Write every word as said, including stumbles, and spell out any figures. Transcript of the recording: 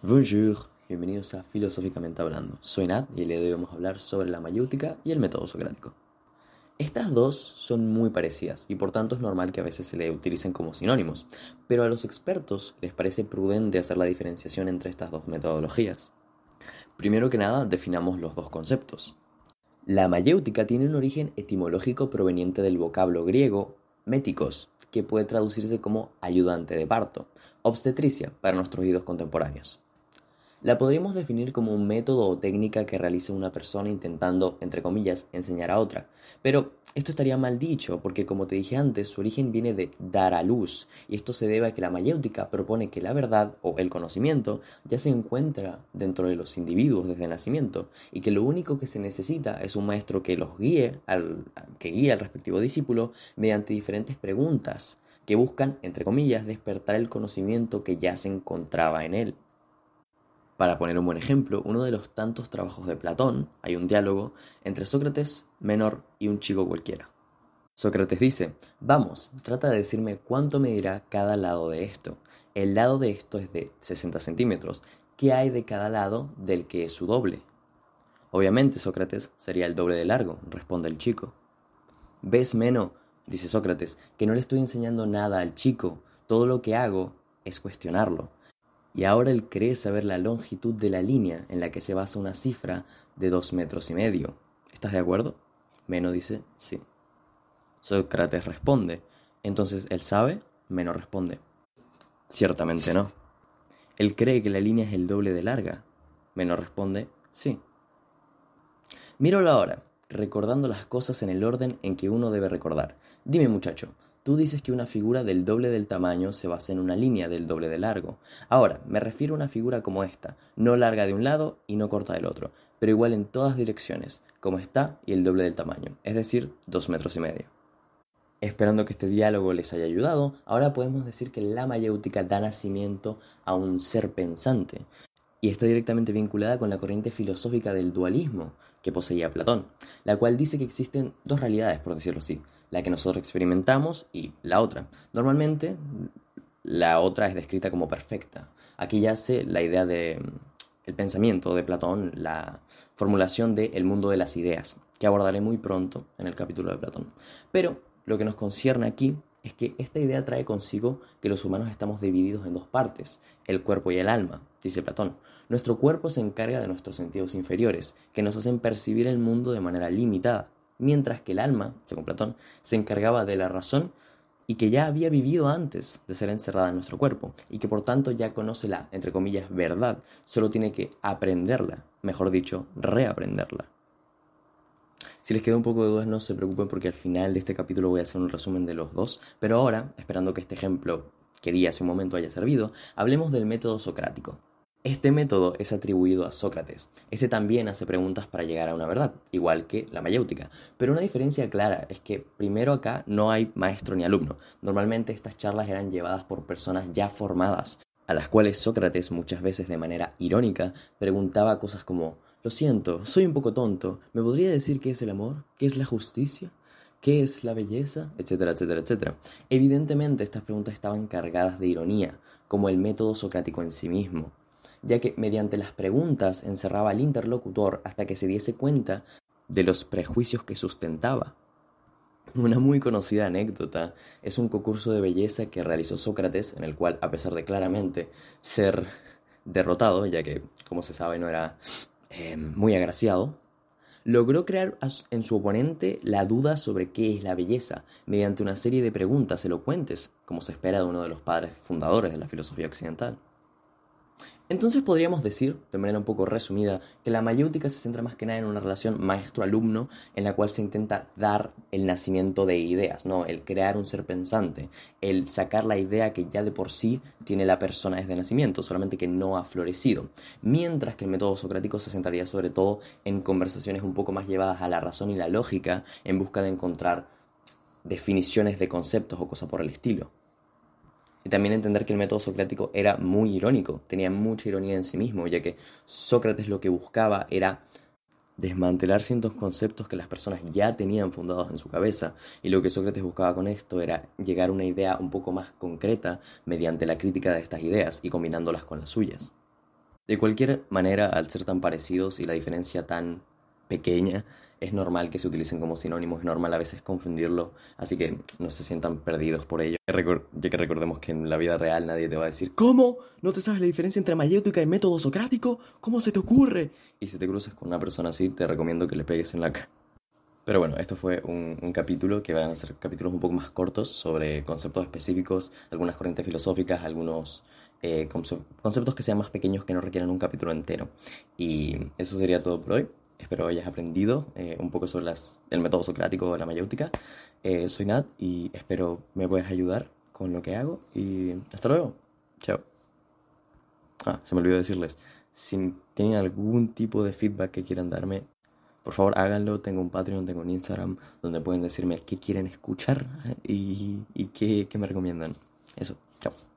Bonjour, bienvenidos a Filosóficamente Hablando. Soy Nat y el día de hoy vamos a hablar sobre la mayéutica y el método socrático. Estas dos son muy parecidas y por tanto es normal que a veces se le utilicen como sinónimos, pero a los expertos les parece prudente hacer la diferenciación entre estas dos metodologías. Primero que nada, definamos los dos conceptos. La mayéutica tiene un origen etimológico proveniente del vocablo griego méticos, que puede traducirse como ayudante de parto, obstetricia para nuestros oídos contemporáneos. La podríamos definir como un método o técnica que realiza una persona intentando, entre comillas, enseñar a otra. Pero esto estaría mal dicho porque, como te dije antes, su origen viene de dar a luz, y esto se debe a que la mayéutica propone que la verdad o el conocimiento ya se encuentra dentro de los individuos desde el nacimiento, y que lo único que se necesita es un maestro que los guíe, al, que guíe al respectivo discípulo mediante diferentes preguntas que buscan, entre comillas, despertar el conocimiento que ya se encontraba en él. Para poner un buen ejemplo, uno de los tantos trabajos de Platón, hay un diálogo entre Sócrates, Menor y un chico cualquiera. Sócrates dice: vamos, trata de decirme cuánto medirá cada lado de esto. El lado de esto es de sesenta centímetros. ¿Qué hay de cada lado del que es su doble? Obviamente, Sócrates, sería el doble de largo, responde el chico. ¿Ves, Meno? Dice Sócrates, que no le estoy enseñando nada al chico. Todo lo que hago es cuestionarlo. Y ahora él cree saber la longitud de la línea en la que se basa una cifra de dos metros y medio. ¿Estás de acuerdo? Meno dice, sí. Sócrates responde, ¿entonces él sabe? Meno responde, ciertamente no. ¿Él cree que la línea es el doble de larga? Meno responde, sí. Míralo ahora, recordando las cosas en el orden en que uno debe recordar. Dime, muchacho, tú dices que una figura del doble del tamaño se basa en una línea del doble de largo. Ahora, me refiero a una figura como esta, no larga de un lado y no corta del otro, pero igual en todas direcciones, como está y el doble del tamaño, es decir, dos metros y medio. Esperando que este diálogo les haya ayudado, ahora podemos decir que la mayéutica da nacimiento a un ser pensante, y está directamente vinculada con la corriente filosófica del dualismo que poseía Platón, la cual dice que existen dos realidades, por decirlo así, la que nosotros experimentamos y la otra. Normalmente, la otra es descrita como perfecta. Aquí yace la idea de el pensamiento de Platón, la formulación de el mundo de las ideas, que abordaré muy pronto en el capítulo de Platón. Pero lo que nos concierne aquí es que esta idea trae consigo que los humanos estamos divididos en dos partes, el cuerpo y el alma, dice Platón. Nuestro cuerpo se encarga de nuestros sentidos inferiores, que nos hacen percibir el mundo de manera limitada, mientras que el alma, según Platón, se encargaba de la razón y que ya había vivido antes de ser encerrada en nuestro cuerpo, y que por tanto ya conoce la, entre comillas, verdad, solo tiene que aprenderla, mejor dicho, reaprenderla. Si les queda un poco de dudas, no se preocupen porque al final de este capítulo voy a hacer un resumen de los dos, pero ahora, esperando que este ejemplo que di hace un momento haya servido, hablemos del método socrático. Este método es atribuido a Sócrates. Este también hace preguntas para llegar a una verdad, igual que la mayéutica. Pero una diferencia clara es que primero acá no hay maestro ni alumno. Normalmente estas charlas eran llevadas por personas ya formadas, a las cuales Sócrates, muchas veces de manera irónica, preguntaba cosas como: lo siento, soy un poco tonto, ¿me podría decir qué es el amor? ¿Qué es la justicia? ¿Qué es la belleza? Etcétera, etcétera, etcétera. Evidentemente estas preguntas estaban cargadas de ironía, como el método socrático en sí mismo, ya que mediante las preguntas encerraba al interlocutor hasta que se diese cuenta de los prejuicios que sustentaba. Una muy conocida anécdota es un concurso de belleza que realizó Sócrates, en el cual, a pesar de claramente ser derrotado, ya que, como se sabe, no era eh, muy agraciado, logró crear en su oponente la duda sobre qué es la belleza, mediante una serie de preguntas elocuentes, como se espera de uno de los padres fundadores de la filosofía occidental. Entonces podríamos decir, de manera un poco resumida, que la mayéutica se centra más que nada en una relación maestro-alumno en la cual se intenta dar el nacimiento de ideas, ¿no? El crear un ser pensante, el sacar la idea que ya de por sí tiene la persona desde nacimiento, solamente que no ha florecido. Mientras que el método socrático se centraría sobre todo en conversaciones un poco más llevadas a la razón y la lógica en busca de encontrar definiciones de conceptos o cosas por el estilo. Y también entender que el método socrático era muy irónico, tenía mucha ironía en sí mismo, ya que Sócrates lo que buscaba era desmantelar ciertos conceptos que las personas ya tenían fundados en su cabeza, y lo que Sócrates buscaba con esto era llegar a una idea un poco más concreta mediante la crítica de estas ideas y combinándolas con las suyas. De cualquier manera, al ser tan parecidos y la diferencia tan pequeña, es normal que se utilicen como sinónimos, es normal a veces confundirlo, así que no se sientan perdidos por ello. Recor- Ya que recordemos que en la vida real nadie te va a decir, ¿cómo? ¿No te sabes la diferencia entre mayéutica y método socrático? ¿Cómo se te ocurre? Y si te cruzas con una persona así, te recomiendo que le pegues en la cara. Pero bueno, esto fue un, un capítulo que van a ser capítulos un poco más cortos sobre conceptos específicos, algunas corrientes filosóficas, algunos eh, conce- conceptos que sean más pequeños que no requieran un capítulo entero. Y eso sería todo por hoy. Espero hayas aprendido eh, un poco sobre las, el método socrático o la mayéutica. Eh, soy Nat y espero me puedas ayudar con lo que hago. Y hasta luego. Chao. Ah, se me olvidó decirles, si tienen algún tipo de feedback que quieran darme, por favor háganlo. Tengo un Patreon, tengo un Instagram donde pueden decirme qué quieren escuchar y, y qué, qué me recomiendan. Eso, chao.